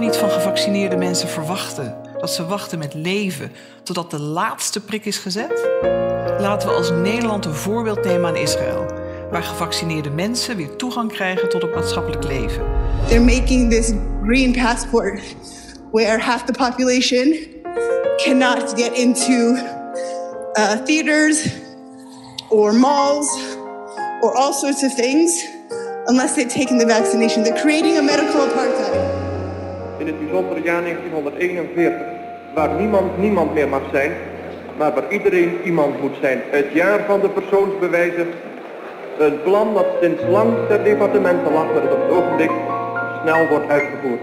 niet van gevaccineerde mensen verwachten dat ze wachten met leven totdat de laatste prik is gezet? Laten we als Nederland een voorbeeld nemen aan Israël, waar gevaccineerde mensen weer toegang krijgen tot het maatschappelijk leven. They're making this green passport where half the population cannot get into theaters or malls or all sorts of things unless they've taken the vaccination. They're creating a medical apartheid. In het bijzondere jaar 1941, waar niemand meer mag zijn, maar waar iedereen iemand moet zijn. Het jaar van de persoonsbewijzen. Een plan dat sinds lang ter departementen lag, maar dat op het ogenblik snel wordt uitgevoerd.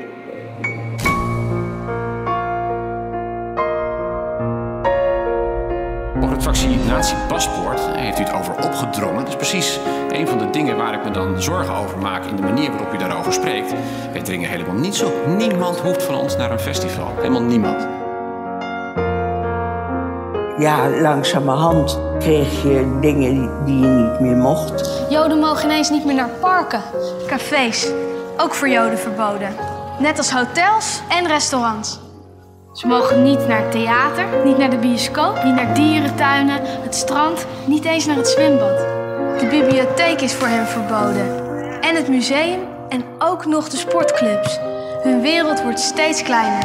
Over het vaccinatiepaspoort heeft u het over opgedrongen. Dat is precies een van de dingen waar ik me dan zorgen over maak in de manier waarop u daarover spreekt. Wij dringen helemaal niet zo. Niemand hoeft van ons naar een festival. Helemaal niemand. Ja, langzamerhand kreeg je dingen die je niet meer mocht. Joden mogen ineens niet meer naar parken, cafés. Ook voor Joden verboden. Net als hotels en restaurants. Ze mogen niet naar het theater, niet naar de bioscoop, niet naar dierentuinen, het strand, niet eens naar het zwembad. De bibliotheek is voor hen verboden. En het museum en ook nog de sportclubs. Hun wereld wordt steeds kleiner.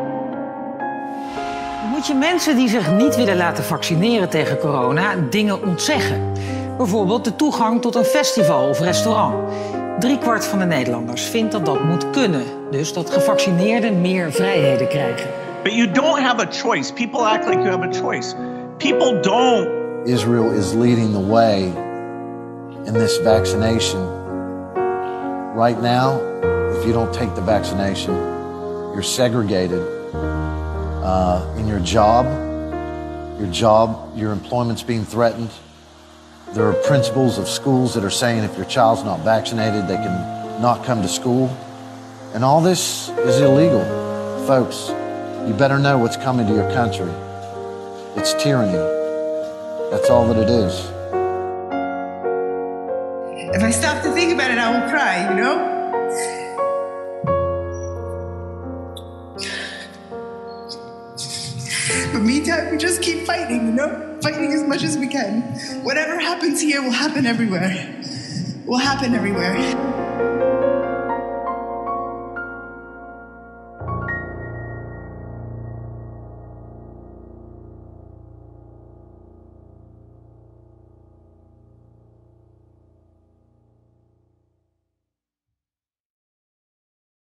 Moet je mensen die zich niet willen laten vaccineren tegen corona dingen ontzeggen? Bijvoorbeeld de toegang tot een festival of restaurant. 3/4 van de Nederlanders vindt dat dat moet kunnen. Dus dat gevaccineerden meer vrijheden krijgen. But you don't have a choice. People act like you have a choice. People don't. Israel is leading the way in this vaccination. Right now, if you don't take the vaccination, you're segregated in your job. Your employment's being threatened. There are principals of schools that are saying if your child's not vaccinated, they can not come to school. And all this is illegal. Folks, you better know what's coming to your country. It's tyranny. That's all that it is. If I stop to think about it, I will cry, you know? But meantime, we just keep fighting, you know? Fighting as much as we can. Whatever happens here will happen everywhere. Will happen everywhere.